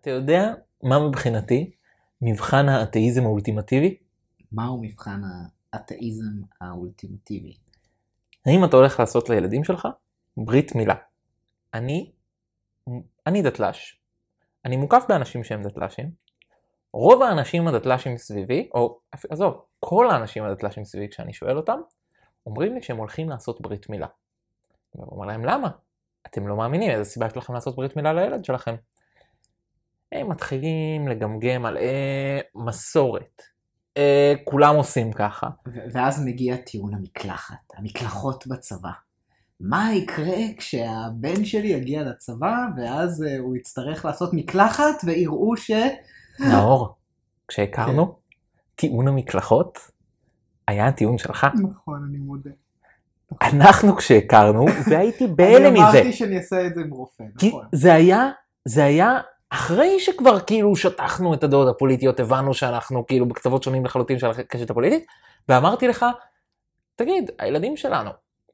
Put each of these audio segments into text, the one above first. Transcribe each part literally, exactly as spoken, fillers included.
אתה יודע מה מבחינתי מבחן האתאיזם האולטימטיבי? מהו מבחן האתאיזם האולטימטיבי? האם אתה הולך לעשות לילדים שלך ברית מילה? אני, אני דתל"ש. אני מוקף באנשים שהם דתל"שים. רוב האנשים הדתל"שים סביבי, או עזוב, כל האנשים הדתל"שים סביבי כשאני שואל אותם, אומרים לי שהם הולכים לעשות ברית מילה. אני אומר להם, למה? אתם לא מאמינים, איזו סיבה יש לכם לעשות ברית מילה לילד שלכם? הם מתחילים לגמגם על אה, מסורת. אה, כולם עושים ככה. ו- ואז מגיע טיעון המקלחת, המקלחות בצבא. מה יקרה כשהבן שלי יגיע לצבא, ואז uh, הוא יצטרך לעשות מקלחת, ויראו ש... נאור, כשהכרנו, טיעון המקלחות היה הטיעון שלך. נכון, אני מודה. אנחנו כשהכרנו, והייתי בהלם מזה. אני אמרתי שאני אעשה את זה עם רופא, נכון. זה היה, זה היה אחרי שכבר כאילו שטחנו את הדעות הפוליטיות, הבנו שאנחנו כאילו בקצוות שונים לחלוטין של הקשת הפוליטית, ואמרתי לך, תגיד, הילדים שלנו,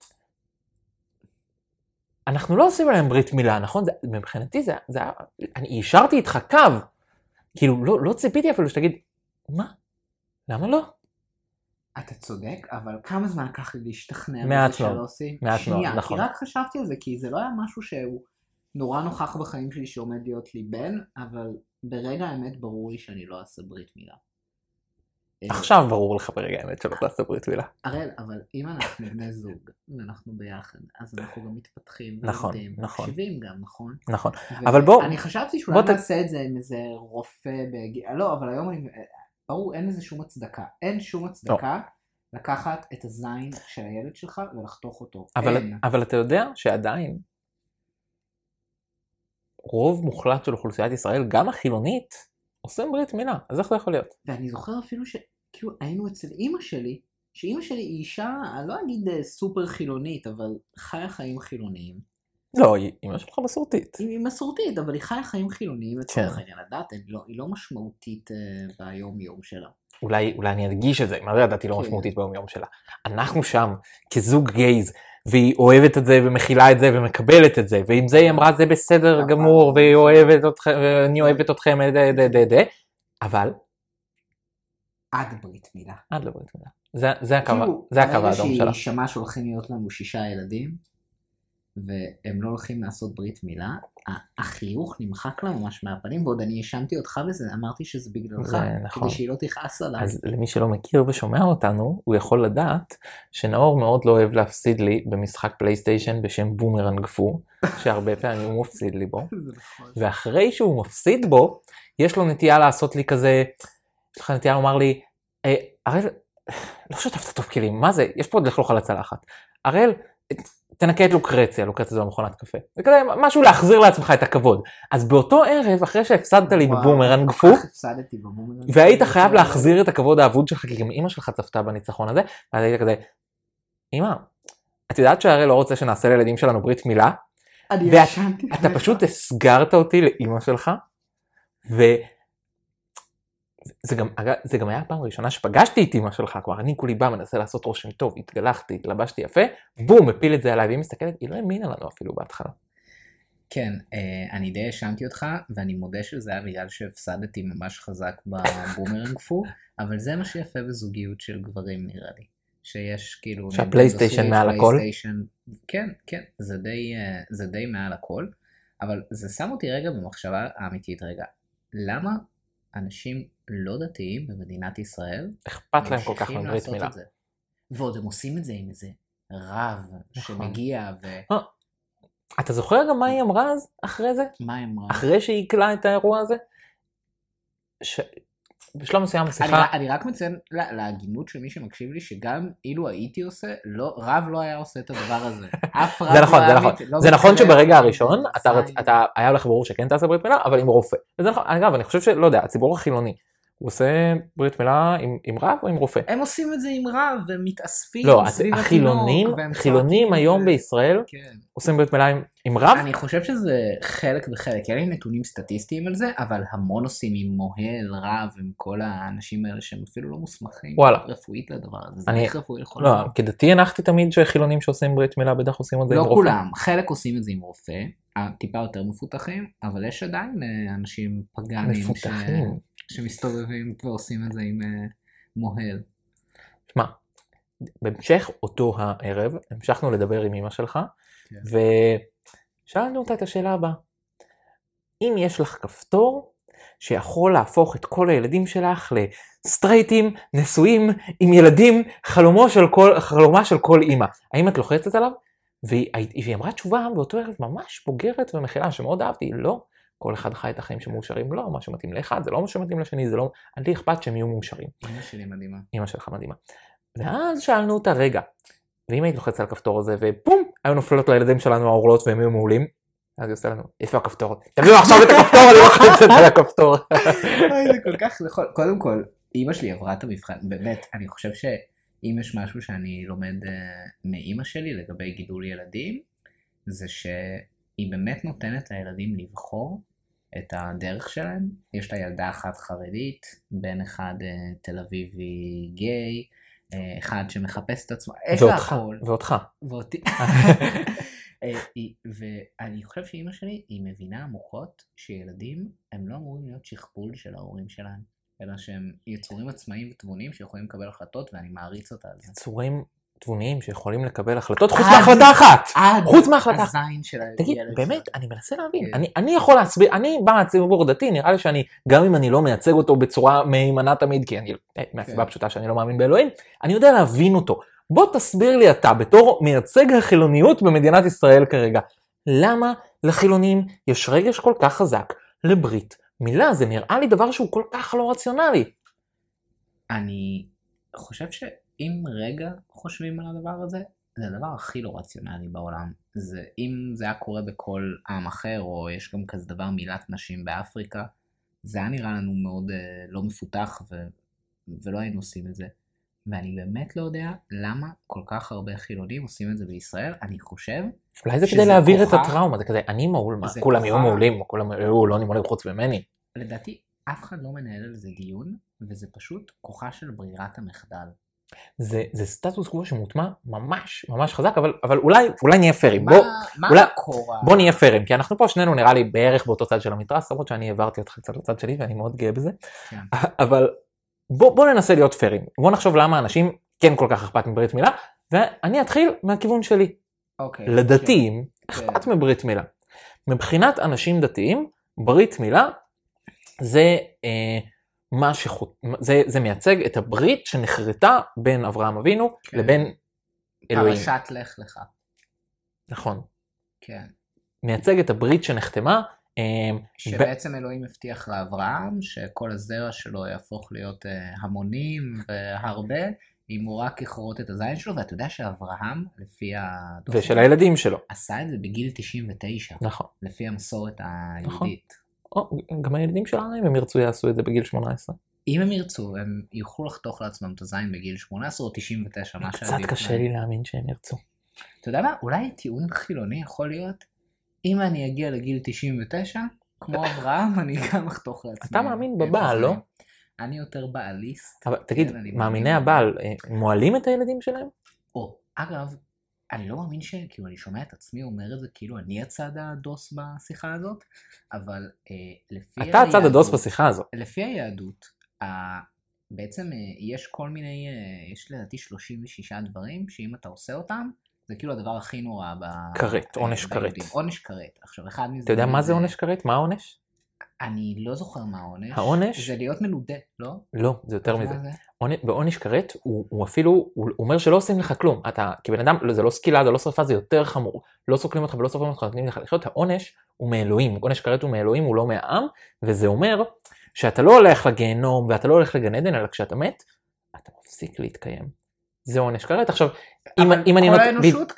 אנחנו לא עושים עליהם ברית מילה, נכון? זה, מבחינתי זה, זה היה, אני אישרתי איתך קו, כאילו לא, לא ציפיתי אפילו שתגיד, מה? למה לא? אתה צודק, אבל כמה זמן לקח לי להשתכנע מעט בזה מאוד, שלא עושים? מעט מאוד, שנייה, נכון. כי רק חשבתי על זה, כי זה לא היה משהו שהוא נורא נוכח בחיים שלי שעומד להיות לי בן, אבל ברגע האמת ברור לי שאני לא אעשה ברית מילה. עכשיו ברור לך ברגע האמת שלא תעשה ברית מילה. הראל, אבל אם אנחנו בני זוג, ואנחנו ביחד, אז אנחנו גם מתפתחים, נכון, ולומדים, נכון. מקשיבים גם, נכון? נכון, אבל בוא... אני חשבתי שאולי ת- נעשה את זה עם איזה רופא בגיל... לא, אבל היום אני... ברור, אין לזה שום הצדקה. אין שום הצדקה לקחת את הזין של הילד שלך ולחתוך אותו. אבל, אין. אבל אתה יודע שעדיין רוב מוחלט של אוכלוסיית ישראל, גם החילונית, עושים ברית מילה. אז איך זה יכול להיות? ואני זוכר אפילו שכאילו היינו אצל אמא שלי, שאמא שלי היא אישה, אני לא אגיד אה, סופר חילונית, אבל חיה חיים חילוניים. לא, היא אמא שלך מסורתית. היא מסורתית, אבל היא חיה חיים חילוניים, כן. לצורך העניין הדת, היא לא, היא לא משמעותית uh, ביום יום שלה. אולי, אולי אני אדגיש את זה, מה זה הדת היא לא כן. משמעותית ביום יום שלה. אנחנו שם, כזוג גייז, והיא אוהבת את זה ומכילה את זה ומקבלת את זה, ואם זה היא אמרה זה בסדר גמור, והיא אוהבת אתכם, ואני אוהבת אתכם, דה דה דה דה, אבל... עד ברית מילה. עד לברית מילה. זה, זה הקו, כאילו, זה הקו ברגע האדום שהיא שלה. שמעה שהולכים להיות לנו שישה ילדים, והם לא הולכים לעשות ברית מילה, החיוך נמחק לה ממש מהפנים, ועוד אני האשמתי אותך בזה, אמרתי שזה בגללך, זה נכון. כדי שהיא לא תכעס עליי. אז למי שלא מכיר ושומע אותנו, הוא יכול לדעת שנאור מאוד לא אוהב להפסיד לי במשחק פלייסטיישן בשם בומרנג פו, שהרבה פעמים הוא מפסיד לי בו, זה נכון. ואחרי שהוא מפסיד בו, יש לו נטייה לעשות לי כזה, יש לך נטייה לומר לי, "אה, הראל, לא שטפת טוב כלים, מה זה? יש פה עוד לחלוך על הצלחת. הראל, תנקה את לוקרציה, לוקרציה זו המכונת קפה. זה כזה משהו להחזיר לעצמך את הכבוד. אז באותו ערב, אחרי שהפסדת לי בבומרנג פו, כך הפסדתי בבומרנג. והיית חייב להחזיר את הכבוד האבוד שלך, כי גם אמא שלך צפתה בניצחון הזה, ואז היית כזה, אמא, את יודעת שהרי לא רוצה שנעשה לילדים שלנו ברית מילה? אני ואת- ישנתי. אתה פשוט הסגרת אותי לאמא שלך, וזה גם, אגב, זה גם היה הפעם הראשונה שפגשתי את אמא שלך, כבר אני כולי בא, מנסה לעשות רושם טוב, התגלחתי, התלבשתי יפה, בום, הפיל את זה עליי, והיא מסתכלת, היא לא האמינה לנו אפילו בהתחלה. כן, אה, אני די האשמתי אותך, ואני מודה שזה היה בגלל שהפסדתי ממש חזק בבומרנג פו, אבל זה מה שיפה בזוגיות של גברים נראה לי. שיש כאילו... שהפלייסטיישן נינטנדו מעל סוויץ', הכל? פלייסטיישן, כן, כן, זה די, אה, זה די מעל הכל, אבל זה שם אותי רגע במחשבה האמיתית רגע. למה אנשים לא דתיים במדינת ישראל אכפת להם כל כך ממשיכים מברית לעשות מילה. את זה? ועוד הם עושים את זה עם איזה רב שמגיע ו... אתה זוכר גם מה היא אמרה אז, אחרי זה? מה הם אמרה? אחרי שהיא עיכלה את האירוע הזה? ש... בשלב מסוים אני, בשיחה, אני רק מציין לה- להגינות של מי שמקשיב לי, שגם אילו הייתי עושה, לא, רב לא היה עושה את הדבר הזה. אף רב זה נכון, לא זה היה נכון. מת- לא זה נכון מתקרב שברגע אליי, הראשון, אתה, עשה רצ... עם- אתה היה לך ברור שכן תעשה ברית מילה, אבל עם רופא. וזה נכון, אגב, אני חושב שלא יודע, הציבור החילוני, הוא עושה ברית מילה עם, עם רב או עם רופא? הם עושים את זה עם רב, והם מתאספים לא, סביב החילונים, התינוק, והם חילונים צועקים, היום ו- בישראל כן. עושים ברית מילה עם, עם רב? אני חושב שזה חלק וחלק, אין לי נתונים סטטיסטיים על זה, אבל המון עושים עם מוהל, רב, עם כל האנשים האלה שהם אפילו לא מוסמכים וואלה. רפואית לדבר הזה. זה אני- איך רפואי יכול לא, כדתי הנחתי תמיד שחילונים שעושים ברית מילה בדרך עושים את זה עם לא רופא. כולם, חלק עושים את זה עם רופא, טיפה יותר מפותחים, אבל יש עדיין אנשים פגאנים מפותחים. ש... שמסתובבים ועושים את זה עם מוהל. שמע, בהמשך אותו הערב, המשכנו לדבר עם אמא שלך, כן. ושאלנו אותה את השאלה הבאה. אם יש לך כפתור שיכול להפוך את כל הילדים שלך לסטרייטים, נשואים, עם ילדים, חלומו של כל, חלומה של כל אמא, האם את לוחצת עליו? והיא, והיא אמרה תשובה באותו ערב ממש בוגרת ומכילה, שמאוד אהבתי, לא, כל אחד חי את החיים שמאושרים, לא, מה שמתאים לאחד, זה לא מה שמתאים לשני, זה לא, אני לי אכפת שהם יהיו מאושרים. אמא שלי מדהימה. אמא שלך מדהימה. ואז שאלנו אותה, רגע, ואם היית לוחצת על הכפתור הזה, ופום, היו נופלות לילדים שלנו העורלות והם היו מעולים, אז היא עושה לנו, איפה הכפתור? תביאו עכשיו את הכפתור, אני לוחצת על הכפתור. זה כל כך נכון. קודם כל, אמא שלי עברה את המבחן, באמת, אני חושב שאם יש משהו שאני לומד מאמא שלי לגבי גידול ילדים, זה שהיא באמת נותנת לילדים לבחור את הדרך שלהם. יש לה ילדה אחת חרדית, בן אחד תל אביבי גיי, אחד שמחפש את עצמו, יש לה הכל. ואותך. ואותי. ואני חושב שאמא שלי היא מבינה עמוקות שילדים הם לא אמורים להיות שכפול של ההורים שלהם, אלא שהם יצורים עצמאיים ותבוניים שיכולים לקבל החלטות, ואני מעריץ אותה על זה. יצורים תבוניים שיכולים לקבל החלטות חוץ מהחלטה אחת. חוץ מהחלטה אחת. הזין של הילד. תגיד, באמת, אני מנסה להבין. אני יכול להסביר, אני בא מהציבור דתי, נראה לי שאני, גם אם אני לא מייצג אותו בצורה מהימנה תמיד, כי אני, מהסיבה הפשוטה שאני לא מאמין באלוהים, אני יודע להבין אותו. בוא תסביר לי אתה, בתור מייצג החילוניות במדינת ישראל כרגע, למה לחילונים יש רגש כל כך חזק לברית מילה? זה נראה לי דבר שהוא כל כך לא רציונלי. אני חושב שאם רגע חושבים על הדבר הזה, זה הדבר הכי לא רציונלי בעולם. זה, אם זה היה קורה בכל עם אחר, או יש גם כזה דבר מילת נשים באפריקה, זה היה נראה לנו מאוד אה, לא מפותח, ו, ולא היינו עושים את זה. ואני באמת לא יודע למה כל כך הרבה חילונים עושים את זה בישראל. אני חושב אולי זה כדי להעביר את הטראומה, זה כזה, אני מעול, מה? כולם יהיו מעולים, כולם יהיו לא נמולים חוץ ממני. לדעתי, אף אחד לא מנהל על זה דיון, וזה פשוט כוחה של ברירת המחדל. זה, זה סטטוס קוו שמוטמע ממש, ממש חזק, אבל, אבל אולי, אולי נהיה פיירים. מה, בוא, מה אולי, הקורה? בוא נהיה פיירים, כי אנחנו פה שנינו נראה לי בערך באותו צד של המתרס, למרות שאני העברתי אותך קצת לצד שלי, ואני מאוד גאה בזה. כן. אבל בוא, בוא ננסה להיות פיירים. בוא נחשוב למה אנשים כן כל כך אכפת מברית מילה, ואני אתחיל מהכיוון שלי. אוקיי. לדתיים, כן. אכפת מברית מילה. מבחינת אנשים דתיים, ברית מילה זה... אה, מה שחות... זה, זה מייצג את הברית שנחרטה בין אברהם אבינו כן. לבין אלוהים. פרשת לך לך. נכון. כן. מייצג את הברית שנחתמה. שבעצם ב... אלוהים הבטיח לאברהם שכל הזרע שלו יהפוך להיות המונים והרבה, אם הוא רק יכרות את הזין שלו, ואתה יודע שאברהם, לפי הדוח... ושל הילדים שלו. עשה את זה בגיל תשעים ותשע. נכון. לפי המסורת היהודית. נכון. או, גם הילדים שלנו, אם הם ירצו, יעשו את זה בגיל שמונה עשרה. אם הם ירצו, הם יוכלו לחתוך לעצמם את הזין בגיל שמונה עשרה או תשעים ותשע, מה שעדיף. קצת קשה לי להאמין שהם ירצו. אתה יודע מה? אולי טיעון חילוני יכול להיות, אם אני אגיע לגיל תשעים ותשע, כמו אברהם, אני גם אחתוך לעצמי. אתה מאמין בבעל, לא? אני יותר בעליסט. אבל תגיד, מאמיני הבעל, מועלים את הילדים שלהם? או, אגב, אני לא מאמין שכאילו אני שומע את עצמי אומר את זה, כאילו אני הצד הדוס בשיחה הזאת, אבל אה, לפי אתה הצד הדוס בשיחה הזאת. לפי היהדות, אה, בעצם אה, יש כל מיני, אה, יש לדעתי שלושים ושישה דברים, שאם אתה עושה אותם, זה כאילו הדבר הכי נורא ב... כרת, עונש כרת. עונש כרת. עכשיו, אחד מזה... אתה יודע מה זה עונש כרת? מה העונש? אני לא זוכר מה העונש. העונש? זה להיות מנודה, לא? לא, זה יותר מזה. בעונש כרת, הוא, הוא אפילו, הוא אומר שלא עושים לך כלום. אתה, כבן אדם, זה לא סקילה, זה לא שרפה, זה יותר חמור. לא סוקלים אותך ולא שורפים אותך, נותנים לך לחיות. העונש הוא מאלוהים. עונש כרת הוא מאלוהים, הוא לא מהעם, וזה אומר שאתה לא הולך לגיהנום, ואתה לא הולך לגן עדן, אלא כשאתה מת, אתה מפסיק להתקיים. זה עונש כרת. עכשיו, אם, אם, אני נות...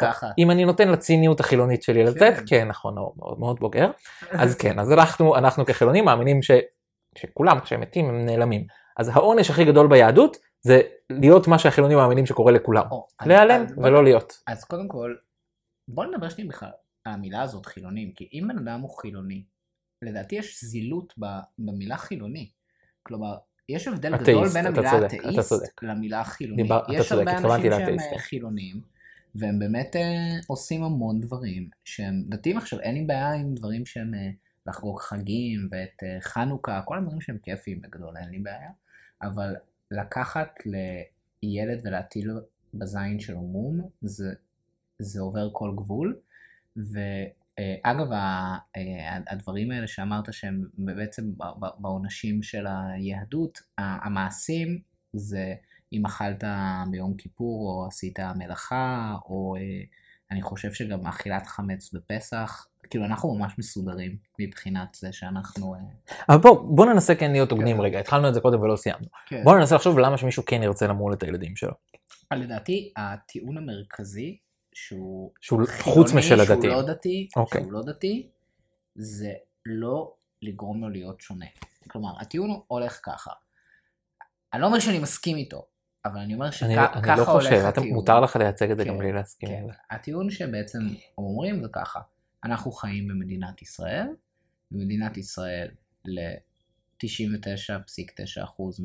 אם אני נותן לציניות החילונית שלי לצאת, כן, כן נכון, מאוד, מאוד בוגר, אז כן, אז אנחנו, אנחנו כחילונים מאמינים ש, שכולם כשהם מתים הם נעלמים. אז העונש הכי גדול ביהדות זה להיות מה שהחילונים מאמינים שקורה לכולם. להיעלם ולא להיות. אז קודם כל, בוא נדבר שני בכלל, המילה הזאת חילונים, כי אם בן אדם הוא חילוני, לדעתי יש זילות במילה חילוני. כלומר, יש הבדל גדול בין המילה אתאיסט למילה חילוני. יש הרבה אנשים שהם חילונים, והם באמת אה, עושים המון דברים שהם דתיים. עכשיו, אין לי בעיה עם דברים שהם אה, לחגוג חגים ואת אה, חנוכה, כל הדברים שהם כיפים בגדול, אין לי בעיה. אבל לקחת לילד ולהטיל בזין שלו מום, זה, זה עובר כל גבול. ואגב, הדברים האלה שאמרת שהם בעצם בעונשים של היהדות, המעשים זה אם אכלת ביום כיפור או עשית מלאכה, או אני חושב שגם אכילת חמץ בפסח, כאילו אנחנו ממש מסודרים מבחינת זה שאנחנו... אבל בוא, בוא ננסה כן להיות הוגנים רגע, התחלנו את זה קודם ולא סיימנו. בוא ננסה לחשוב למה שמישהו כן ירצה למול את הילדים שלו. לדעתי, הטיעון המרכזי שהוא, שהוא חוץ משל הדתי, שהוא לא דתי, okay. שהוא לא דתי, זה לא לגרום לו להיות שונה. כלומר, הטיעון הולך ככה. אני לא אומר שאני מסכים איתו, אבל אני אומר שככה הולך הטיעון. אני לא חושב, אתה, מותר לך לייצג את זה כן, גם בלי להסכים. כן. הטיעון שבעצם אומרים זה ככה, אנחנו חיים במדינת ישראל, במדינת ישראל ל-תשעים ותשע נקודה תשע אחוז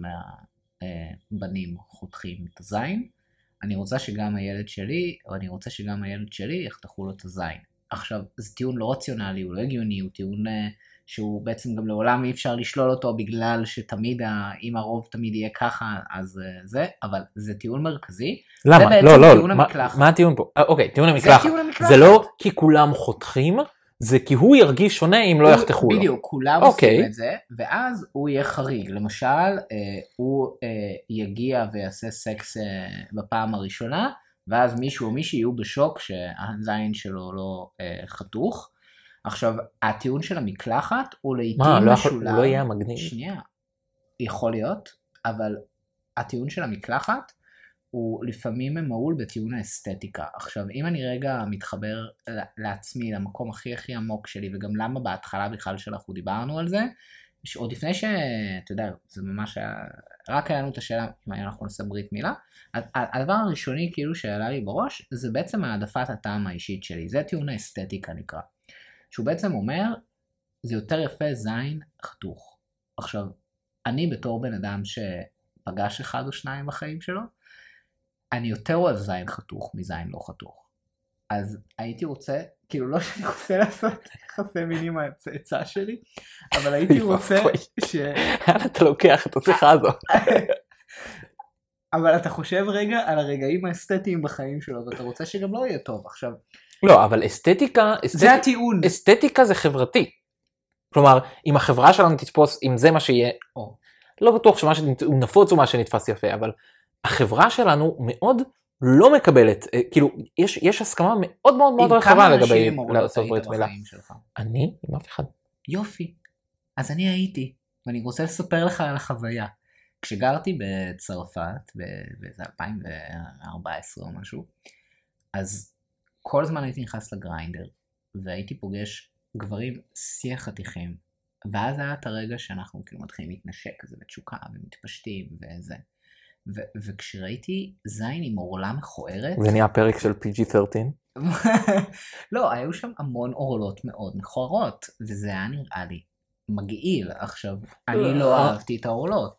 מהבנים חותכים את הזין, אני רוצה שגם הילד שלי, או אני רוצה שגם הילד שלי יחתכו לו את הזין. עכשיו, זה טיעון לא רציונלי, הוא לא הגיוני, הוא טיעון שהוא בעצם גם לעולם אי אפשר לשלול אותו, בגלל שתמיד, אם הרוב תמיד יהיה ככה, אז זה, אבל זה טיעון מרכזי. למה? לא, לא, מה, מה הטיעון פה? אוקיי, טיעון המקלחת. זה לא כי כולם חותכים, זה כי הוא ירגיש שונה אם לא יחתכו לו. בדיוק, כולם עושים את זה, ואז הוא יהיה חריג. למשל, הוא יגיע ויעשה סקס בפעם הראשונה, ואז מישהו או מישהי יהיו בשוק שהזין שלו לא חתוך. עכשיו, הטיעון של המקלחת הוא לעתים משולב. מה, הוא לא יהיה מגניב? שנייה, יכול להיות, אבל הטיעון של המקלחת הוא לפעמים מעול בטיעון האסתטיקה. עכשיו, אם אני רגע מתחבר לעצמי, למקום הכי הכי עמוק שלי, וגם למה בהתחלה בכלל שאנחנו דיברנו על זה, עוד לפני ש... אתה יודע, זה ממש היה... רק היה לנו את השאלה, אם אנחנו נעשה ברית מילה, הדבר הראשוני כאילו שעלה לי בראש, זה בעצם העדפת הטעם האישית שלי. זה טיעון האסתטיקה נקרא. שהוא בעצם אומר, זה יותר יפה זין חתוך. עכשיו, אני בתור בן אדם שפגש אחד או שניים בחיים שלו, אני יותר אוהב זין חתוך מזין לא חתוך. אז הייתי רוצה, כאילו לא שאני רוצה לעשות יחסי מין עם הצאצא שלי, אבל הייתי רוצה ש... אתה לוקח את השיחה הזו. אבל אתה חושב רגע על הרגעים האסתטיים בחיים שלו, ואתה רוצה שגם לא יהיה טוב. עכשיו... לא, אבל אסתטיקה... זה הטיעון. אסתטיקה זה חברתי. כלומר, אם החברה שלנו תתפוס, אם זה מה שיהיה... לא בטוח שהוא נפוץ או מה שנתפס יפה, אבל... החברה שלנו מאוד לא מקבלת, כאילו, יש, יש הסכמה מאוד מאוד מאוד רחבה לגבי לעשות ברית מילה. אני? עם אף אחד. יופי. אז אני הייתי, ואני רוצה לספר לך על החוויה. כשגרתי בצרפת, באיזה אלפיים וארבע עשרה או משהו, אז כל הזמן הייתי נכנס לגריינדר, והייתי פוגש גברים שיא חתיכים, ואז היה את הרגע שאנחנו כאילו מתחילים להתנשק כזה בתשוקה, ומתפשטים וזה. ו- וכשראיתי זין עם עורלה מכוערת... זה נהיה פרק של פי ג'י שלוש עשרה? לא, היו שם המון עורלות מאוד מכוערות, וזה היה נראה לי מגעיל. עכשיו, אני לא אהבתי את העורלות.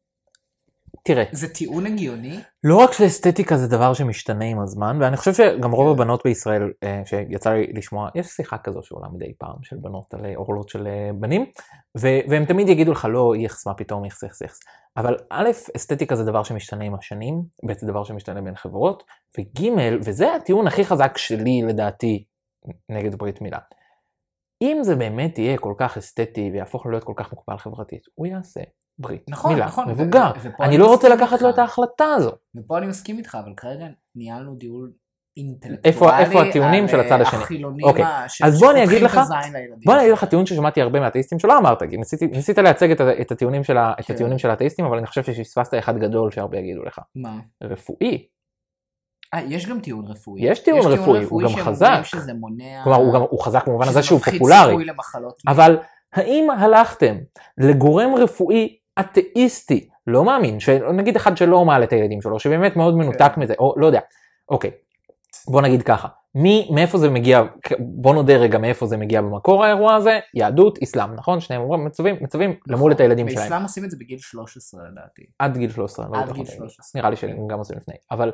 תראה. זה טיעון הגיוני? לא רק שאסתטיקה זה דבר שמשתנה עם הזמן, ואני חושב שגם רוב הבנות בישראל שיצא לי לשמוע, יש שיחה כזו שעולה מדי פעם של בנות על עורלות של בנים, והם תמיד יגידו לך לא יחס מה פתאום יחס יחס יחס. אבל א', אסתטיקה זה דבר שמשתנה עם השנים, ב' זה דבר שמשתנה בין חברות, וג' וזה הטיעון הכי חזק שלי לדעתי נגד ברית מילה. אם זה באמת יהיה כל כך אסתטי ויהפוך להיות כל כך מוקבל חברתית, הוא יעשה ברית נכון, מילה נכון, מבוגר. ו- אני לא רוצה לקחת לו את ההחלטה הזו. ופה אני מסכים איתך, אבל כרגע ניהלנו דיון אינטלקטואלי איפה, איפה הטיעונים של הצד השני? החילונים אוקיי. ש- אז בוא אני אגיד לך, לילדים. בוא אני אגיד לך טיעון ששמעתי הרבה מהאתאיסטים שלא אמרת, ניסיתי, ניסית להציג את, את, הטיעונים של ה, את הטיעונים של האתאיסטים, אבל אני חושב שפספסת אחד גדול שהרבה יגידו לך. מה? רפואי. אה, יש גם טיעון רפואי. יש טיעון יש רפואי, הוא גם חזק. שזה מונע... כלומר, הוא גם הוא חזק במובן הזה שהוא פופולרי. אבל האם הלכתם לגורם רפואי אתאיסטי, לא מאמין, שנגיד אחד שלא מעלה את הילדים שלו, שבאמת מאוד מנותק מזה, או לא יודע. אוקיי, בוא נגיד ככה, מי, מאיפה זה מגיע, בוא נודה רגע מאיפה זה מגיע במקור האירוע הזה, יהדות, אסלאם, נכון? שניהם אומרים, מצווים, מצווים למול את הילדים שלהם. באסלאם עושים את זה בגיל שלוש עשרה לדעתי. עד גיל שלוש עשרה. עד גיל שלוש עשרה. נראה לי שהם גם עושים לפני, אבל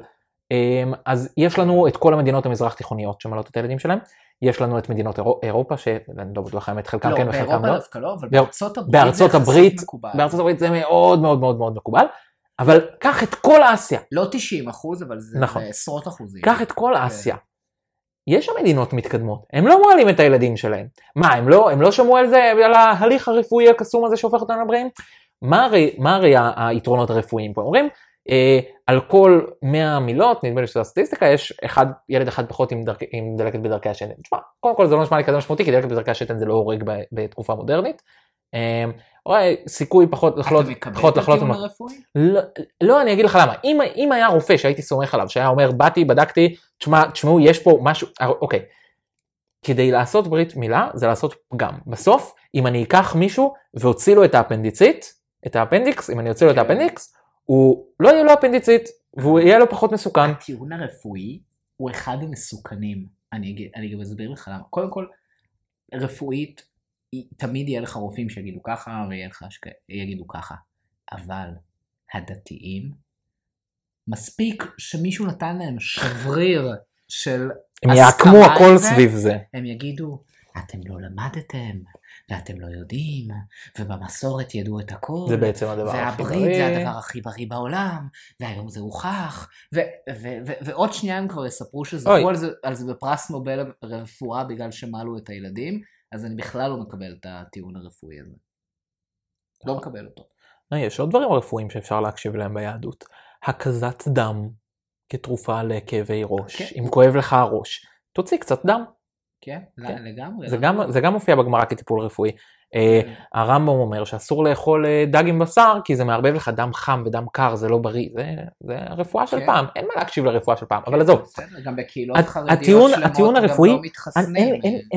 אז יש לנו את כל המדינות המזרח תיכוניות שמעלות את הילדים שלהם, יש לנו את מדינות אירופה, שאני לא בטוח האמת, חלקם כן וחלקם לא. לא, באירופה דווקא לא, אבל בארצות הברית בארצות זה הברית, יחסית מקובל. בארצות הברית זה מאוד מאוד מאוד מאוד מקובל, אבל קח את כל אסיה. לא תשעים אחוז, אבל זה נכון. עשרות אחוזים. קח את כל אסיה. יש שם מדינות מתקדמות, הם לא מעלים את הילדים שלהם. מה, הם לא, הם לא שמעו על זה, על ההליך הרפואי הקסום הזה שהופך אותנו לבריאים? מה הרי, מה הרי היתרונות הרפואיים פה? אומרים, אה, על כל מאה מילות, נדמה לי שזו הסטטיסטיקה, יש אחד, ילד אחד פחות עם, דרכ, עם דלקת בדרכי השתן. תשמע, קודם כל זה לא נשמע לי כזה משמעותי, כי דלקת בדרכי השתן זה לא הורג ב, בתקופה מודרנית. אה, או סיכוי פחות לחלות, פחות לחלות. אתה מקבל את הטיעון הרפואי? לא, לא, אני אגיד לך למה. אם, אם היה רופא שהייתי סומך עליו, שהיה אומר, באתי, בדקתי, תשמע, תשמעו, יש פה משהו, אוקיי. כדי לעשות ברית מילה, זה לעשות פגם. בסוף, אם אני אקח מישהו והוציא לו את האפנדיצית, את האפנדיקס, אם אני אוציא לו את האפנדיקס, הוא לא יהיה לו אפנדיצית, והוא יהיה לו פחות מסוכן. הטיעון הרפואי הוא אחד המסוכנים. אני אגיד, אני גם אסביר לך למה. קודם כל, רפואית, תמיד יהיה לך רופאים שיגידו ככה, ויהיה לך שיגידו ככה. אבל הדתיים, מספיק שמישהו נתן להם שבריר של הם יעקמו הכל סביב זה. הם יגידו, אתם לא למדתם, ואתם לא יודעים, ובמסורת ידעו את הכל. זה בעצם הדבר הכי בריא. והברית זה הדבר הכי בריא בעולם, והיום זה הוכח, ועוד שנייה הם כבר יספרו שזכו על זה בפרס נובל רפואה בגלל שמלו את הילדים, אז אני בכלל לא מקבל את הטיעון הרפואי הזה. לא מקבל אותו. יש עוד דברים רפואיים שאפשר להקשיב להם ביהדות. הקזת דם כתרופה לכאבי ראש. אם כואב לך הראש, תוציא קצת דם. כן, לגמרי. זה גם מופיע בגמרא כטיפול רפואי. הרמב"ם אומר שאסור לאכול דג עם בשר, כי זה מערבב לך דם חם ודם קר, זה לא בריא. זה הרפואה של פעם. אין מה להקשיב לרפואה של פעם, אבל עזוב. גם בקהילות חרדיות שלמות גם לא מתחסנים.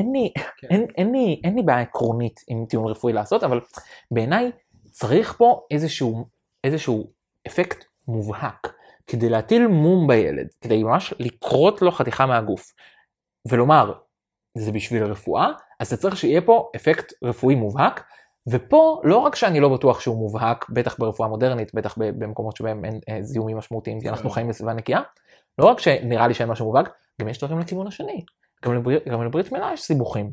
אין לי בעיה עקרונית עם טיעון רפואי לעשות, אבל בעיניי צריך פה איזשהו אפקט מובהק, כדי להטיל מום בילד, כדי ממש לקרות לו חתיכה מהגוף, ולומר, זה בשביל הרפואה, אז זה צריך שיהיה פה אפקט רפואי מובהק, ופה לא רק שאני לא בטוח שהוא מובהק, בטח ברפואה מודרנית, בטח במקומות שבהם אין זיהומים משמעותיים, כי אנחנו חיים בסביבה נקייה, לא רק שנראה לי שאין משהו מובהק, גם יש דברים לכיוון השני, גם לברית מילה יש סיבוכים.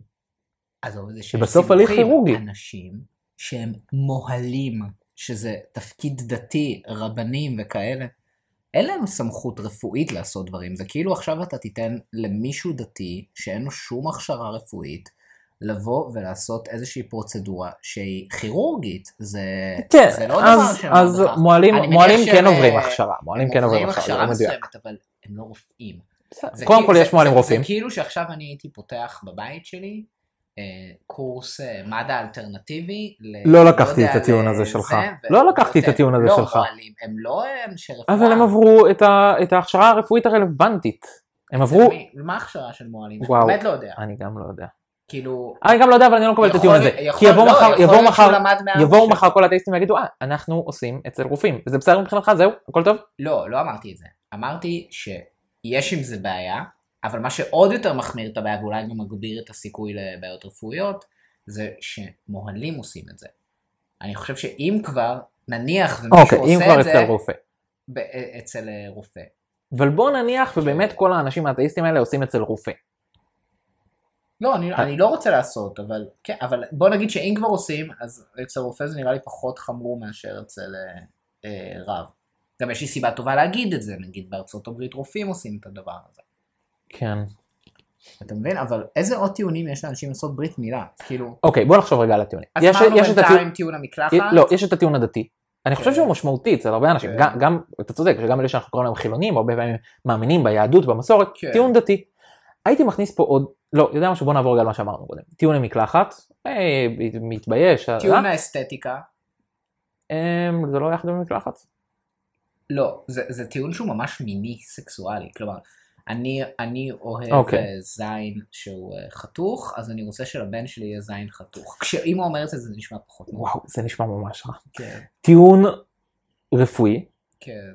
ובסוף הליך כירורגי. אנשים שהם מוהלים, שזה תפקיד דתי, רבנים וכאלה, אין להם סמכות רפואית לעשות דברים. זה כאילו עכשיו אתה תיתן למישהו דתי, שאין לו שום הכשרה רפואית, לבוא ולעשות איזושהי פרוצדורה שהיא כירורגית. זה, כן, זה לא אז, דבר שמה אז בכך. מועלים, מועלים שהם, כן עוברים הכשרה. מועלים כן עוברים הכשרה הכשרה, מסוימת, אבל הם לא רופאים. קודם כל יש מועלים רופאים. זה כאילו שעכשיו אני הייתי פותח בבית שלי, קורס מדע אלטרנטיבי. לא לקחתי את הטיעון הזה שלך. לא לקחתי את הטיעון הזה שלך. הם לא אנשי רפואה. אבל הם עברו את ההכשרה הרפואית הרלוונטית. הם עברו... מה ההכשרה של מועלים? וואו, באמת לא יודע. אני גם לא יודע. כאילו... אני גם לא יודע, אבל אני לא מקבל את הטיעון הזה. כי יבואו מחר כל הטייסטים ויגידו, אה, אנחנו עושים אצל רופאים. וזה בסדר מבחינתך, זהו? הכל טוב? לא, לא אמרתי את זה. אמרתי שיש עם זה בעיה, אבל מה שעוד יותר מחמיר את הבעיה, ואולי גם מגביר את הסיכוי לבעיות רפואיות, זה שמוהלים עושים את זה. אני חושב שאם כבר, נניח ומישהו עושה את זה, אצל רופא. אבל בוא נניח, ובאמת כל האנשים האתאיסטים האלה עושים אצל רופא. לא, אני, אני לא רוצה לעשות, אבל, כן, אבל בוא נגיד שאם כבר עושים, אז אצל רופא זה נראה לי פחות חמור מאשר אצל אה, רב. גם יש לי סיבה טובה להגיד את זה, נגיד בארצות הברית רופאים עושים את הדבר הזה. כן. אתה מבין? אבל איזה עוד טיעונים יש לאנשים לעשות ברית מילה? כאילו... אוקיי, בוא נחשוב רגע על הטיעונים. אז אמרנו בינתיים טיעון המקלחת? לא, יש את הטיעון הדתי. אני חושב שהוא משמעותי אצל הרבה אנשים, גם, אתה צודק, שגם אלה שאנחנו קוראים להם חילונים, הרבה פעמים מאמינים ביהדות, במסורת, טיעון דתי. הייתי מכניס פה עוד, לא, יודע משהו, בוא נעבור רגע על מה שאמרנו קודם. טיעון המקלחת, מתבייש. טיעון האסתטיקה. זה לא יחד עם מקלחת? לא, זה טיעון שהוא ממש מיני סקסואלי, כלומר, אני, אני אוהב okay. זין שהוא חתוך, אז אני רוצה שלבן שלי יהיה זין חתוך. כשאם הוא אומר את זה, זה נשמע פחות. וואו, מאוד. זה נשמע ממש רע. כן. טיעון רפואי. כן.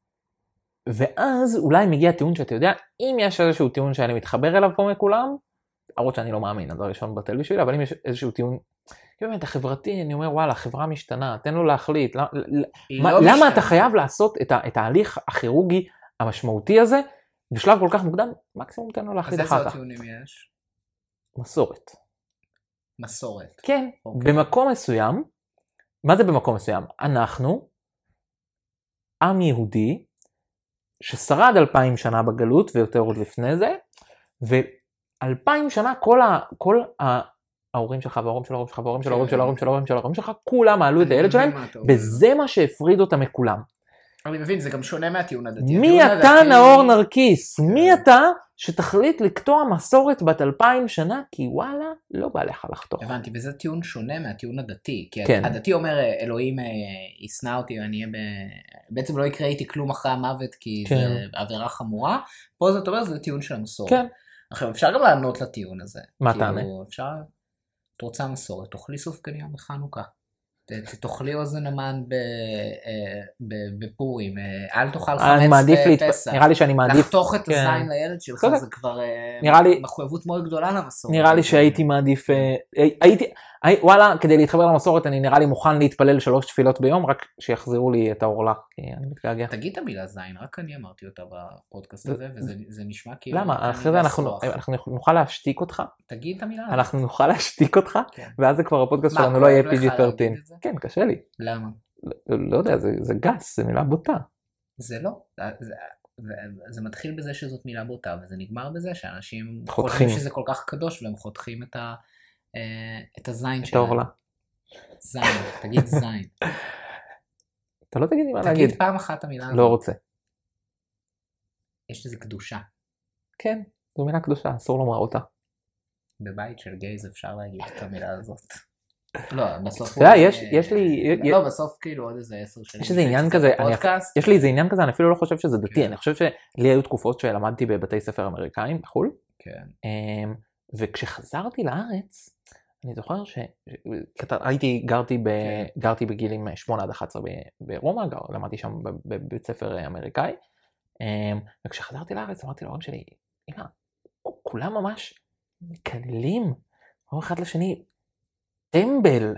ואז אולי מגיע טיעון שאתה יודע, אם יש איזשהו טיעון שאני מתחבר אליו פה מכולם, למרות שאני לא מאמין, אז הראשון בטל בשביל, אבל אם יש איזשהו טיעון, באמת החברתי, אני אומר, וואלה, החברה משתנה, תן לו להחליט. למה, לא למה אתה חייב לעשות את, ה, את ההליך הכירורגי, המשמעותי הזה, בשלב כל כך מוקדם, מקסימום תן לו להחליט אחר אז איזה כך. טיעונים יש? מסורת. מסורת. כן, אוקיי. במקום מסוים, מה זה במקום מסוים? אנחנו, עם יהודי, ששרד אלפיים שנה בגלות, ויותר עוד לפני זה, ואלפיים שנה כל, ה, כל ה, ההורים שלך, וההורים של ההורים שלך, וההורים של ההורים של ההורים של ההורים של ההורים שלך, כולם מעלו את הילד שלהם, וזה מה שהפריד אותם מכולם. אני מבין, זה גם שונה מהטיעון הדתי. מי אתה נאור נרקיס? מי אתה שתחליט לקטוע מסורת בת אלפיים שנה, כי וואלה, לא בא לך לחתוך. הבנתי, וזה טיעון שונה מהטיעון הדתי, כי כן. הדתי אומר, אלוהים ישנא אותי, אני אהיה ב... בעצם לא יקרה איתי כלום אחרי המוות, כי כן. זה עבירה חמורה, פה זאת אומרת, זה טיעון של המסורת. כן. עכשיו, אפשר גם לענות לטיעון הזה. מה כאילו, תענה? אפשר, את רוצה מסורת, תאכלי סופגניה בחנוכה. תאכלי אוזן המן בפורים, אל תאכל חמץ בפסח. נראה לי שאני מעדיף... לחתוך את הזין לילד שלך, זה כבר מחויבות מאוד גדולה למסורת. נראה לי שהייתי מעדיף... הייתי... וואלה, כדי להתחבר למסורת, אני נראה לי מוכן להתפלל שלוש תפילות ביום, רק שיחזירו לי את העורלה, כי אני מתגעגע. תגיד את המילה זין, רק אני אמרתי אותה בפודקאסט הזה, וזה נשמע כאילו... למה? אחרי זה אנחנו נוכל להשתיק אותך? תגיד את המילה הזאת. אנחנו נוכל להשתיק אותך, ואז זה כבר הפודקאסט שלנו לא יהיה פי ג'י שלוש עשרה. כן, קשה לי. למה? לא יודע, זה גס, זה מילה בוטה. זה לא. זה מתחיל בזה שזאת מילה בוטה, וזה נגמר בזה שאנשים חותכים. חושבים שזה כל כך קדוש, והם חותכים את ה... את הזין שלהם. את העורלה. זין, תגיד זין. אתה לא תגיד לי מה להגיד. תגיד פעם אחת המילה הזאת. לא רוצה. יש לזה קדושה. כן, זו מילה קדושה, אסור לומר אותה. בבית של גייז אפשר להגיד את המילה הזאת. לא, בסוף... אתה יודע, יש לי... לא, בסוף כאילו עוד איזה עשר שנים. יש איזה עניין כזה, יש לי איזה עניין כזה, אני אפילו לא חושב שזה דתי, אני חושב שלי היו תקופות שלמדתי בבתי ספר אמריקאים בחו"ל. כן. וכשחזרתי לארץ, אני זוכר שהייתי, גרתי, ב, גרתי בגילים שמונה עד אחת עשרה ברומא, למדתי שם בבית ספר אמריקאי, וכשחזרתי לארץ אמרתי להורים שלי, אמא, כולם ממש מקללים, אחד לשני, טמבל,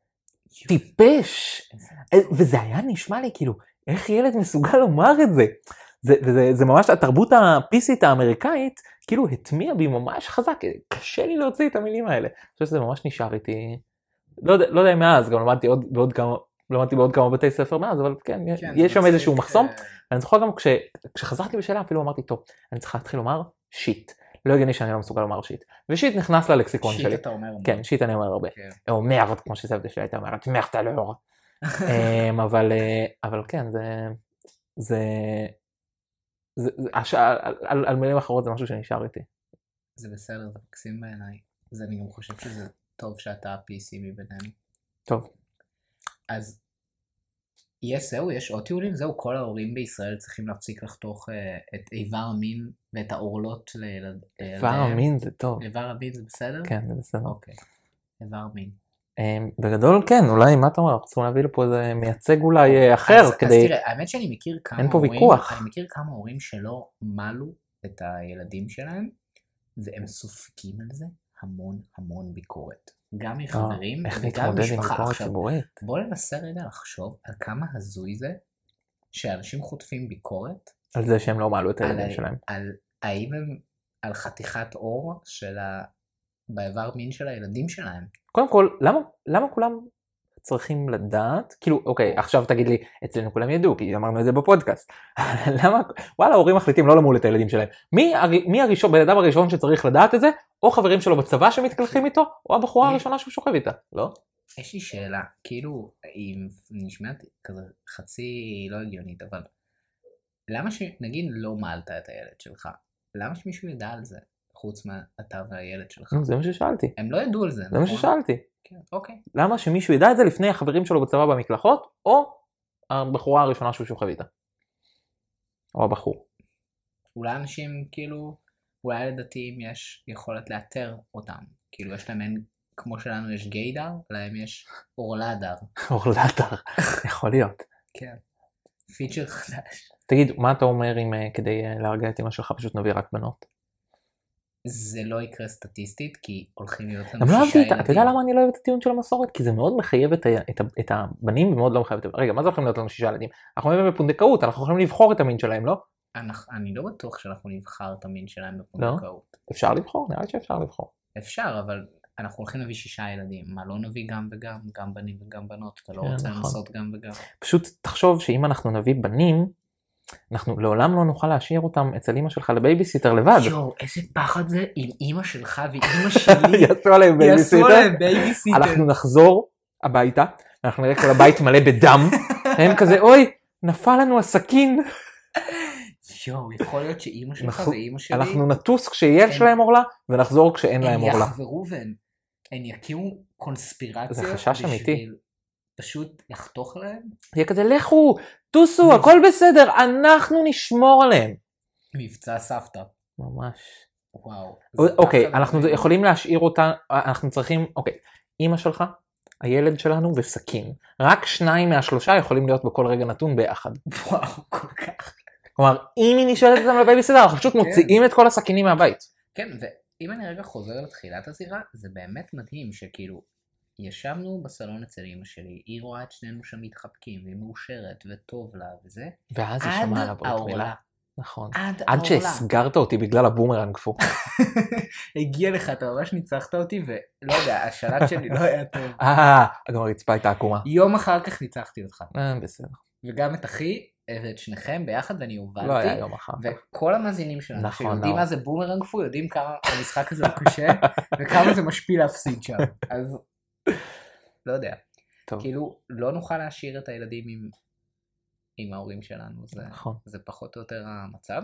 טיפש, וזה היה נשמע לי כאילו, איך ילד מסוגל לומר את זה? זה, וזה, זה ממש התרבות הפיסית האמריקאית, כאילו הטמיע בי ממש חזק, קשה לי להוציא את המילים האלה. אני חושב שזה ממש נשאר איתי, לא יודע, לא יודע מאז, גם למדתי עוד, בעוד כמה, למדתי בעוד כמה בתי ספר מאז, אבל כן, כן יש שם איזשהו מחסום. אני זוכר גם כש, כשחזרתי בשאלה, אפילו אמרתי, טוב, אני צריך להתחיל לומר שיט. לא הגיוני שאני לא מסוגל לומר שיט. ושיט נכנס ללקסיקון שלי. שיט אתה אומר. כן, שיט אני אומר הרבה. או מרד, כמו שסבתא שלי הייתה אומרת, מרד לאור. אבל, אבל כן, זה, זה, זה, זה, השע, על, על, על מילים אחרות זה משהו שנשאר איתי. זה בסדר, זה מקסים בעיניי. אז אני גם חושב שזה טוב שאתה ה-פי סי מבינינו. טוב. אז יש זהו, יש עוד טיעונים, זהו, כל ההורים בישראל צריכים להפסיק לחתוך את איבר המין ואת העורלות לילד. איבר המין זה טוב. איבר המין זה בסדר? כן, זה בסדר. אוקיי, איבר המין. בגדול כן, אולי מה אתה אומר, אנחנו צריכים להביא לפה איזה מייצג אולי אחר כדי... אז תראה, האמת שאני מכיר כמה אין פה הורים, ויכוח. אני מכיר כמה הורים שלא מלו את הילדים שלהם, והם סופגים על זה המון המון ביקורת. גם מחברים וגם משפחה. עכשיו, בואו ננסה רגע לחשוב על כמה הזוי זה שאנשים חוטפים ביקורת. על זה שהם לא מעלו את הילדים שלהם. על האם הם על חתיכת אור של ה... באיבר מין של הילדים שלהם. קודם כל, למה, למה כולם צריכים לדעת? כאילו, אוקיי, עכשיו תגיד לי, אצלנו כולם ידעו, כי אמרנו את זה בפודקאסט. למה? וואלה, ההורים מחליטים לא למול את הילדים שלהם. מי, מי הראשון, בן אדם הראשון שצריך לדעת את זה? או חברים שלו בצבא שמתקלחים איתו, או הבחורה הראשונה שהוא שוכב איתה, לא? יש לי שאלה, כאילו, היא נשמעת כזה חצי לא הגיונית, אבל למה שנגיד לא מעלת את הילד שלך? למה שמישהו ידע על זה? חוץ מהאתה והילד שלך. זה מה ששאלתי. הם לא ידעו על זה, נכון? זה מה ששאלתי. כן, אוקיי. למה שמישהו ידע את זה לפני החברים שלו בצבא במקלחות, או הבחורה הראשונה שהוא שוכב איתה? או הבחור. אולי אנשים, כאילו, אולי לדתיים יש יכולת לאתר אותם. כאילו, יש להם, כמו שלנו יש גיידר, להם יש אורלדר. אורלדר, יכול להיות. כן. פיצ'ר חדש. תגיד, מה אתה אומר אם כדי להרגע את אמא שלך פשוט נביא רק בנות? זה לא יקרה סטטיסטית, כי הולכים להיות לנו שישה ילדים. אתה יודע למה אני לא אוהב את הטיעון של המסורת? כי זה מאוד מחייב את, את, את הבנים ומאוד לא מחייב את... רגע, מה זה הולכים להיות לנו שישה ילדים? אנחנו מביאים בפונדקאות, אנחנו יכולים לבחור את המין שלהם, לא? אני לא בטוח שאנחנו נבחר את המין שלהם בפונדקאות. אפשר לבחור? נראה לי שאפשר לבחור. אפשר, אבל אנחנו הולכים להביא שישה ילדים. מה, לא נביא גם וגם, גם בנים וגם בנות? אתה לא רוצה לנסות גם וגם? פשוט תחשוב שאם אנחנו נביא בנים, אנחנו לעולם לא נוכל להשאיר אותם אצל אמא שלך לבייביסיטר לבד. יואו, איזה פחד זה עם אמא שלך ואמא שלי. יעשו עליהם בייביסיטר. אנחנו נחזור הביתה, אנחנו נראה כל הבית מלא בדם, והם כזה, אוי, נפל לנו הסכין. יואו, יכול להיות שאמא שלך ואמא שלי... אנחנו נטוס כשיש להם אורלה, ונחזור כשאין להם אורלה. הם יחברו והן יקימו קונספירציות. זה חשש אמיתי. פשוט לחתוך להם? יהיה כזה, לכו, טוסו, הכל בסדר, אנחנו נשמור עליהם. מבצע סבתא. ממש. וואו. אוקיי, אנחנו יכולים להשאיר אותה, אנחנו צריכים, אוקיי, אמא שלך, הילד שלנו וסכין. רק שניים מהשלושה יכולים להיות בכל רגע נתון ביחד. וואו, כל כך. כלומר, אם היא נשאלת אותם לבייביסיטר, אנחנו פשוט מוציאים את כל הסכינים מהבית. כן, ואם אני רגע חוזר לתחילת הזירה, זה באמת מדהים שכאילו, ישבנו בסלון אצל אמא שלי, היא רואה את שנינו שם מתחבקים, והיא מאושרת וטוב לה וזה. ואז היא שמעה על הברית מילה. נכון. עד, עד שהסגרת אותי בגלל הבומרנג פו. הגיע לך, אתה ממש ניצחת אותי, ולא יודע, השלט שלי לא היה טוב. אה, גם הרצפה הייתה עקומה. יום אחר כך ניצחתי אותך. אה, בסדר. וגם את אחי, ואת שניכם ביחד, ואני הובלתי. לא היה יום אחר. וכל המאזינים שלנו, נכון, שיודעים מה זה בומרנג פו, יודעים כמה המשחק הזה הוא קשה, וכמה זה משפיל להפסיד שם. אז, לא יודע. טוב. כאילו, לא נוכל להשאיר את הילדים עם... עם ההורים שלנו, זה, נכון. זה פחות או יותר המצב.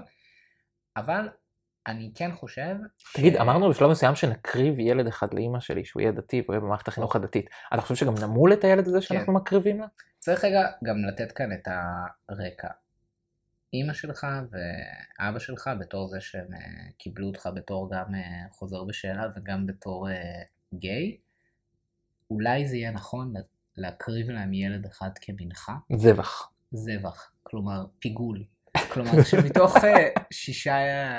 אבל אני כן חושב... תגיד, ש... אמרנו בשלב מסוים שנקריב ילד אחד לאמא שלי, שהוא יהיה דתי, והוא יהיה במערכת החינוך הדתית. אתה חושב שגם נמול את הילד הזה שאנחנו כן. מקריבים לה? צריך רגע גם לתת כאן את הרקע. אמא שלך ואבא שלך, בתור זה שהם קיבלו אותך בתור גם חוזר בשאלה, וגם בתור גיי, אולי זה יהיה נכון להקריב להם ילד אחד כמנחה. זבח. זבח, כלומר פיגול. כלומר שמתוך שישה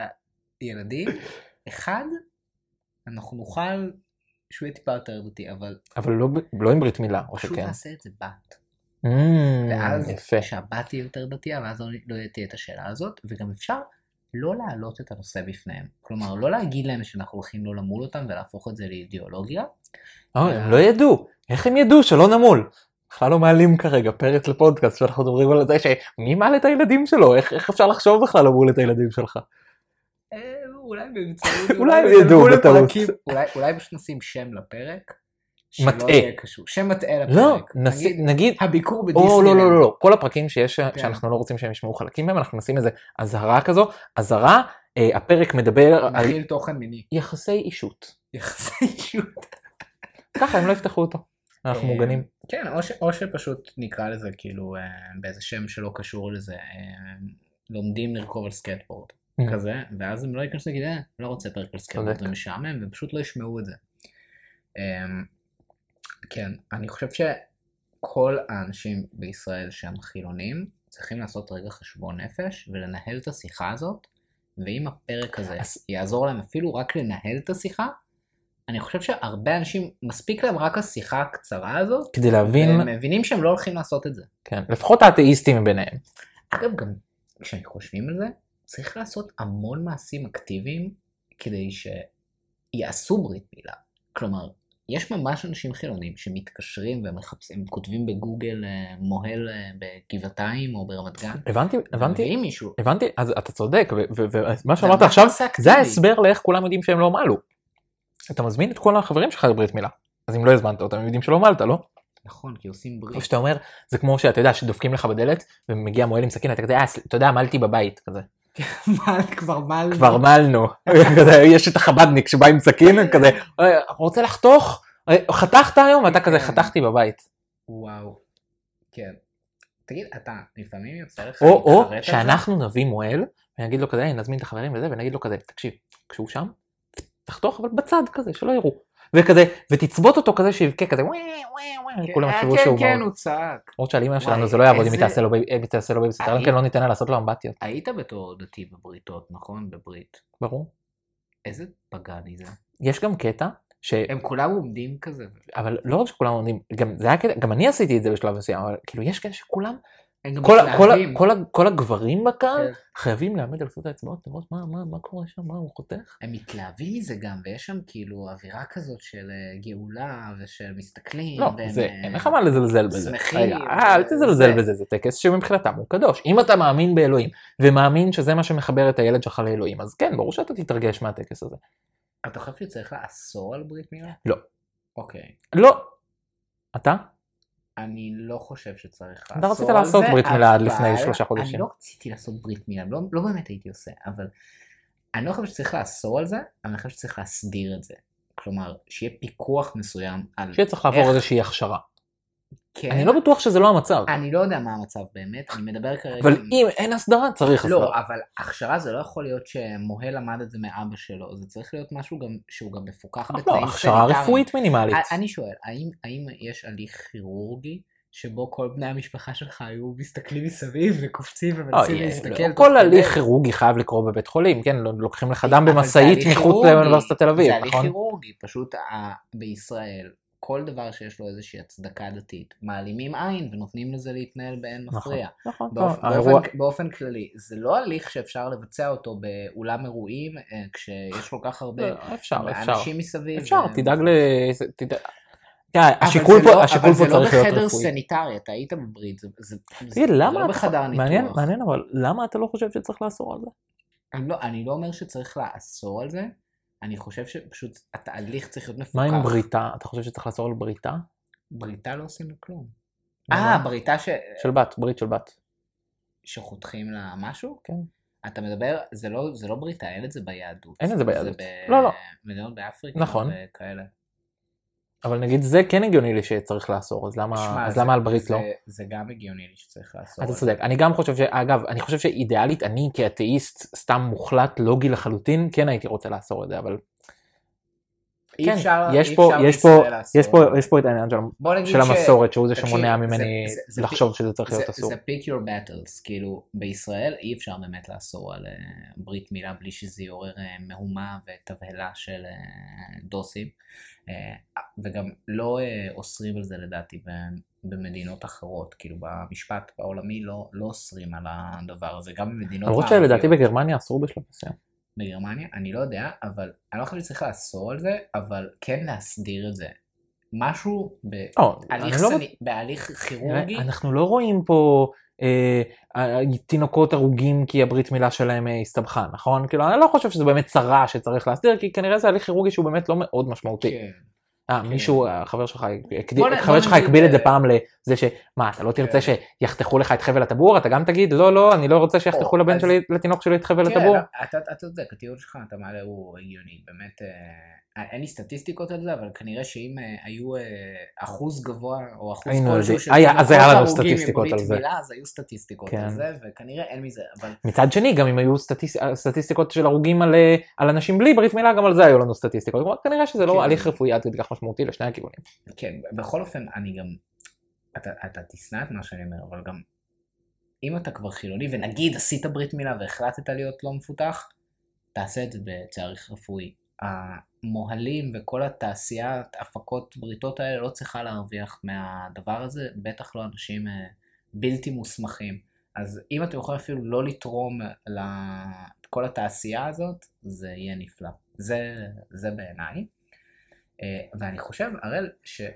ילדים, אחד, אנחנו נוכל שהוא יהיה טיפה יותר דתי, אבל... אבל לא, לא עם ברית מילה, או שכן. פשוט נעשה את זה בת. Mm, ואז יפה. שהבת תהיה יותר דתייה, ואז לא, לא תהיה את השאלה הזאת, וגם אפשר לא להעלות את הנושא בפניהם. כלומר, לא להגיד להם שאנחנו הולכים לא למול אותם, ולהפוך את זה לאידיאולוגיה. או, הם לא ידעו. איך הם ידעו שלא נמול? בכלל לא מעלים כרגע פרק לפודקאסט שאנחנו מדברים על זה שמי מעל את הילדים שלו? איך, איך אפשר לחשוב בכלל למול את הילדים שלך? אולי באמצעות... אולי הם ידעו בטעות. אולי פשוט נשים שם לפרק. מטעה. שם מטעה לפרק. לא, נגיד... הביקור בדיסנילנד. או לא, לא, לא. כל הפרקים שיש שאנחנו לא רוצים שהם ישמעו חלקים מהם, אנחנו נשים איזה אזהרה כזו. אזהרה, הפרק מדבר על... מכיל תוכן מיני. יחסי אישות. יחסי אישות. ככה הם לא יפתחו אותו. אנחנו מוגנים. כן, או, ש, או שפשוט נקרא לזה כאילו באיזה שם שלא קשור לזה, לומדים לרכוב על סקייטבורד כזה, ואז הם לא ייכנסו להגיד, אה, לא רוצה פרק על סקייטבורד, זה משעמם, ופשוט לא ישמעו את זה. כן, אני חושב שכל האנשים בישראל שהם חילונים, צריכים לעשות רגע חשבון נפש, ולנהל את השיחה הזאת, ואם הפרק הזה יעזור להם אפילו רק לנהל את השיחה, אני חושב שהרבה אנשים, מספיק להם רק השיחה הקצרה הזאת, כדי להבין... והם מבינים שהם לא הולכים לעשות את זה. כן, לפחות האתאיסטים מביניהם. אגב, גם כשאני חושבים על זה, צריך לעשות המון מעשים אקטיביים, כדי שיעשו ברית מילה. כלומר, יש ממש אנשים חילונים שמתקשרים ומחפשים, כותבים בגוגל מוהל בגבעתיים או ברמת גן. הבנתי, הבנתי. מביאים מישהו. הבנתי, אז אתה צודק, ומה שאמרת עכשיו, זה ההסבר לאיך כולם יודעים שהם לא מעלו. אתה מזמין את כל החברים שלך לברית מילה. אז אם לא הזמנת אותם, הם יודעים שלא מעלת, לא? נכון, כי עושים ברית. או שאתה אומר, זה כמו שאתה יודע, שדופקים לך בדלת, ומגיע מועל עם סכין, אתה כזה, אתה יודע, מעלתי בבית, כזה. כבר מעלנו. כבר מעלנו. יש את החבדניק שבא עם סכין, כזה, רוצה לחתוך? חתכת היום? אתה כזה, חתכתי בבית. וואו. כן. תגיד, אתה לפעמים יוצא לך... או שאנחנו נביא מועל, ונגיד לו כזה, נזמין את החברים וזה, ונגיד לו כזה, תקשיב, כשהוא שם, תחתוך אבל בצד כזה, שלא יראו. וכזה, ותצבות אותו כזה שיבכה כזה, וואי וואי וואי, כולם יחשבו שהוא... כן, כן, הוא צעק. עוד שעל אמא שלנו זה לא יעבוד אם היא תעשה לו בייביסיטר, כן לא ניתן לה לעשות לו אמבטיות. היית בתור דתי בבריתות, נכון? בברית. ברור. איזה פגני זה. יש גם קטע ש... הם כולם עומדים כזה. אבל לא רק שכולם עומדים, גם זה היה קטע, גם אני עשיתי את זה בשלב מסוים, אבל כאילו יש קטע שכולם הם גם כל, כל, מתלהבים. כל, כל הגברים בקהל כן. חייבים לעמד על זכות האצבעות, לראות מה, מה, מה קורה שם, מה הוא חותך. הם מתלהבים מזה גם, ויש שם כאילו אווירה כזאת של אה, גאולה ושל מסתכלים. לא, והם, זה, אה, אין לך מה לזלזל בזה. שמחים, רגע, אה, אל תזלזל זה. בזה, זה טקס שמבחינתם הוא קדוש. אם אתה מאמין באלוהים, ומאמין שזה מה שמחבר את הילד שלך לאלוהים, אז כן, ברור שאתה תתרגש מהטקס הזה. אתה חושב שצריך לאסור על ברית מילה? לא. אוקיי. לא. אתה? אני לא חושב שצריך אתה לאסור רצית על לעשות זה, ברית מילה עד אבל לפני שלושה חודשים. אני לא רציתי לעשות ברית מילה, לא, לא באמת הייתי עושה, אבל אני לא חושב שצריך לאסור על זה, אבל אני חושב שצריך להסדיר את זה. כלומר, שיהיה פיקוח מסוים על... שיהיה צריך לעבור איך... איזושהי הכשרה. כן. אני לא בטוח שזה לא המצב. אני לא יודע מה המצב באמת, אני מדבר כרגע... אבל אם אין הסדרה, צריך הסדרה. לא, אבל הכשרה זה לא יכול להיות שמוהל למד את זה מאבא שלו, זה צריך להיות משהו גם, שהוא גם מפוקח בתנאים לא, הכשרה רפואית מינימלית. אני שואל, האם, האם יש הליך כירורגי שבו כל בני המשפחה שלך היו מסתכלים מסביב וקופצים ומנסים להסתכל? כל הליך כירורגי חייב לקרוא בבית חולים, כן, לוקחים לך דם במשאית מחוץ לאוניברסיטת תל אביב, זה נכון? הליך כירורגי, פשוט בישראל, כל דבר שיש לו איזושהי הצדקה דתית, מעלימים עין ונותנים לזה להתנהל באין מפריע. נכון, באופן, באופן כללי, זה לא הליך שאפשר לבצע אותו באולם אירועים, כשיש כל כך הרבה אנשים מסביב. אפשר, תדאג ל... השיקול פה צריך להיות רפואי. אבל זה לא בחדר סניטרי, אתה היית בברית, זה לא בחדר ניתוח. מעניין, אבל למה אתה לא חושב שצריך לאסור על זה? אני לא אומר שצריך לאסור על זה, אני חושב שפשוט התהליך צריך להיות מפוקח. מה עם בריתה? אתה חושב שצריך לאסור על בריתה? בריתה לא עושים כלום. אה, בריתה ש... של בת, ברית של בת. שחותכים לה משהו? כן. אתה מדבר, זה לא, זה לא בריתה, אין את זה ביהדות. אין את זה ביהדות. זה לא, לא. במדינות באפריקה נכון. וכאלה. אבל נגיד זה כן הגיוני לי שצריך לאסור, אז למה, שמה, אז זה, למה על ברית זה, לא? זה גם הגיוני לי שצריך לאסור. אתה צודק, אני גם חושב ש... אגב, אני חושב שאידיאלית, אני כאתאיסט סתם מוחלט לוגי לחלוטין, כן הייתי רוצה לאסור את זה, אבל... אי כן, אפשר, יש אי פה, אפשר יש פה, יש פה, יש פה את העניין של, של ש... המסורת, שהוא זה תקשיב, שמונע ממני זה, זה, לחשוב זה, שזה צריך זה, להיות אסור. זה pick your battles, כאילו בישראל אי אפשר באמת לאסור על uh, ברית מילה בלי שזה יעורר uh, מהומה ותבהלה של uh, דוסים, uh, וגם לא uh, אוסרים על זה לדעתי במדינות אחרות, כאילו במשפט בעולמי לא, לא אוסרים על הדבר הזה, גם במדינות למרות שלדעתי בגרמניה אסור בשלב מסוים. בגרמניה, אני לא יודע, אבל אני לא חושב שצריך לאסור על זה, אבל כן להסדיר את זה. משהו בהליך, לא... סני... בהליך כירורגי. אנחנו לא רואים פה אה, אה, תינוקות הרוגים כי הברית מילה שלהם אה, הסתבכה, נכון? כאילו, אני לא חושב שזה באמת צרה שצריך להסדיר, כי כנראה זה הליך כירורגי שהוא באמת לא מאוד משמעותי. כן. אה, מישהו, החבר שלך, החבר שלך הקביל את זה פעם לזה שמה, אתה לא תרצה שיחתכו לך את חבל הטבור, אתה גם תגיד, לא, לא, אני לא רוצה שיחתכו לבן שלי, לתינוק שלי את חבל הטבור. אתה יודע, הטיעון שלך, אתה מעלה הוא הגיוני, באמת, אין לי סטטיסטיקות על זה, אבל כנראה שאם היו אחוז גבוה, או אחוז כלשהו של תינוקות הרוגים עם ברית מילה, אז היו סטטיסטיקות על זה, וכנראה אין מזה, אבל... מצד שני, גם אם היו סטטיסטיקות של הרוגים על אנשים בלי ברית מילה, גם על זה היו לנו סטטיסטיקות. כנראה שזה לא הליך רפואי עד כדי כך משמעותי לשני הכיוונים. כן, בכל אופן, אני גם... אתה, אתה תשנא את מה שאני אומר, אבל גם... אם אתה כבר חילוני, ונגיד עשית ברית מילה והחלטת להיות לא מפותח, תעשה את זה בתאריך רפואי. המוהלים וכל התעשיית, הפקות בריתות האלה לא צריכה להרוויח מהדבר הזה, בטח לא אנשים בלתי מוסמכים. אז אם אתם יכולים אפילו לא לתרום לכל התעשייה הזאת, זה יהיה נפלא. זה, זה בעיניי. ואני חושב, הראל, שאתה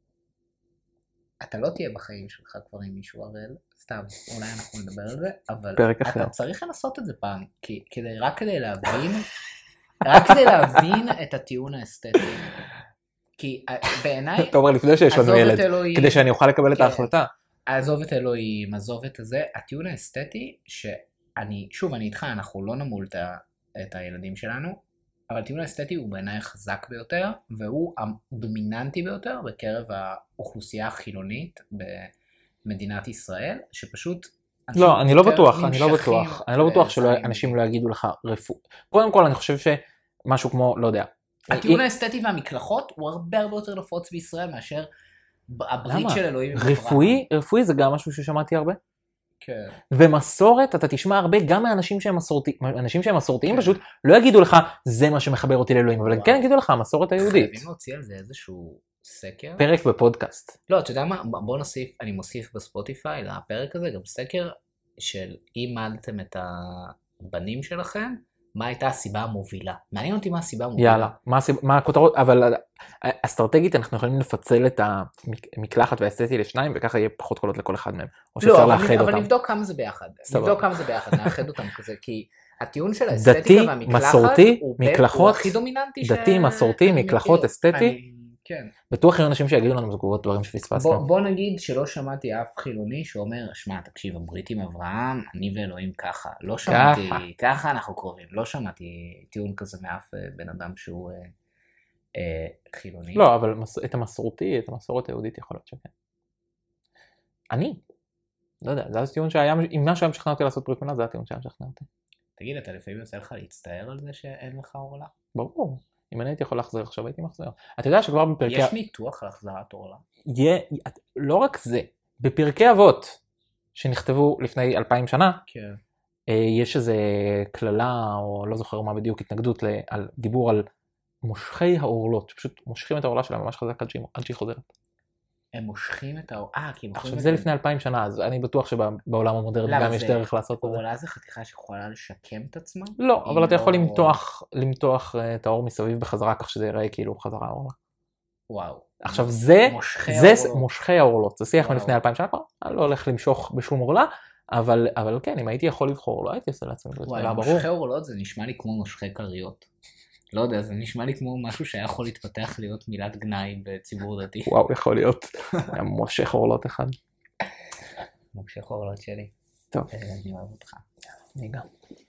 לא תהיה בחיים שלך כבר עם מישהו, הראל, סתם, אולי אנחנו נדבר על זה, אבל אתה צריך לנסות את זה פעם, כי, כדי, רק כדי להבין, רק כדי להבין את הטיעון האסתטי. כי בעיניי, אתה אומר לפני שיש לנו ילד, כדי שאני אוכל לקבל את ההחלטה. עזוב את אלוהים, עזוב את הזה, הטיעון האסתטי, שאני, שוב, אני איתך, אנחנו לא נמול את הילדים שלנו, אבל הטיעון האסתטי הוא בעיניי חזק ביותר, והוא הדומיננטי ביותר בקרב האוכלוסייה החילונית במדינת ישראל, שפשוט... לא, אני לא בטוח, אני לא בטוח, אני לא בטוח שאנשים לא יגידו לך רפוא. קודם כל, אני חושב שמשהו כמו, לא יודע. הטיעון האסתטי והמקלחות הוא הרבה הרבה יותר נפוץ בישראל מאשר הברית של אלוהים. רפואי, רפואי זה גם משהו ששמעתי הרבה. כן. ומסורת, אתה תשמע הרבה גם מאנשים שהם מסורתיים, אנשים שהם מסורתיים פשוט לא יגידו לך, זה מה שמחבר אותי לאלוהים, אבל כן יגידו לך, המסורת היהודית. חייבים להוציא על זה איזשהו סקר? פרק בפודקאסט. לא, אתה יודע מה? בוא נוסיף, אני מוסיף בספוטיפיי לפרק הזה גם סקר של אם מעדתם את הבנים שלכם, מה הייתה הסיבה המובילה? מעניין אותי מה הסיבה המובילה. יאללה, מה, הסיב... מה הכותרות, אבל אסטרטגית אנחנו יכולים לפצל את המקלחת והאסתטי לשניים, וככה יהיה פחות קולות לכל אחד מהם. או שאפשר לא, לאחד אבל, אותם. אבל נבדוק כמה זה ביחד. סבבה. נבדוק כמה זה ביחד, נאחד אותם כזה, כי הטיעון של האסתטיקה דתי, והמקלחת מסורתי, הוא, מקלחות, הוא הכי דומיננטי דתי, מסורתי, מקלחות, אסתטי. אני, כן. בטוח יהיו אנשים שיגידו לנו בתגובות דברים שפספסנו. בוא, בוא נגיד שלא שמעתי אף חילוני שאומר, שמע, תקשיב, הבריטים אברהם, אני ואלוהים ככה. לא שמעתי, ככה, ככה אנחנו קרובים. לא שמעתי טיעון כזה מאף בן אדם שהוא אה, אה, חילוני. לא, אבל את המסורתי, את המסורת היהודית יכול להיות שכן. אני, לא יודע, זה הטיעון שהיה, אם משהו היה משכנע אותי לעשות ברית מילה, זה הטיעון שהיה משכנע אותי. תגיד, אתה לפעמים יוצא לך להצטער על זה שאין לך עורלה? ברור. אם אני הייתי יכול להחזיר עכשיו, הייתי מחזיר. אתה יודע שכבר בפרקי... יש ניתוח על החזרת עורלה? לא רק זה, בפרקי אבות שנכתבו לפני אלפיים שנה, כן. יש איזה כללה, או לא זוכר מה בדיוק, התנגדות על דיבור על מושכי העורלות, שפשוט מושכים את העורלה שלהם ממש חזק עד שהיא חוזרת. הם מושכים את העורלה? אה, כי הם עכשיו זה לפני אלפיים שנה, אז אני בטוח שבעולם המודרני גם יש דרך לעשות את זה. עורלה זה חתיכה שיכולה לשקם את עצמה? לא, אבל אתה יכול למתוח את העור מסביב בחזרה, כך שזה יראה כאילו חזרה העורלה. וואו. עכשיו זה מושכי העורלות, זה שיח מלפני אלפיים שנה כבר, אני לא הולך למשוך בשום עורלה, אבל, אבל כן, אם הייתי יכול לבחור, לא הייתי עושה לעצמי. וואי, מושכי עורלות זה נשמע לי כמו מושכי כריות. לא יודע, זה נשמע לי כמו משהו שהיה יכול להתפתח להיות מילת גנאי בציבור דתי. וואו, יכול להיות. מושך עורלות אחד. מושך עורלות שלי. טוב. אני אוהב אותך. אני גם.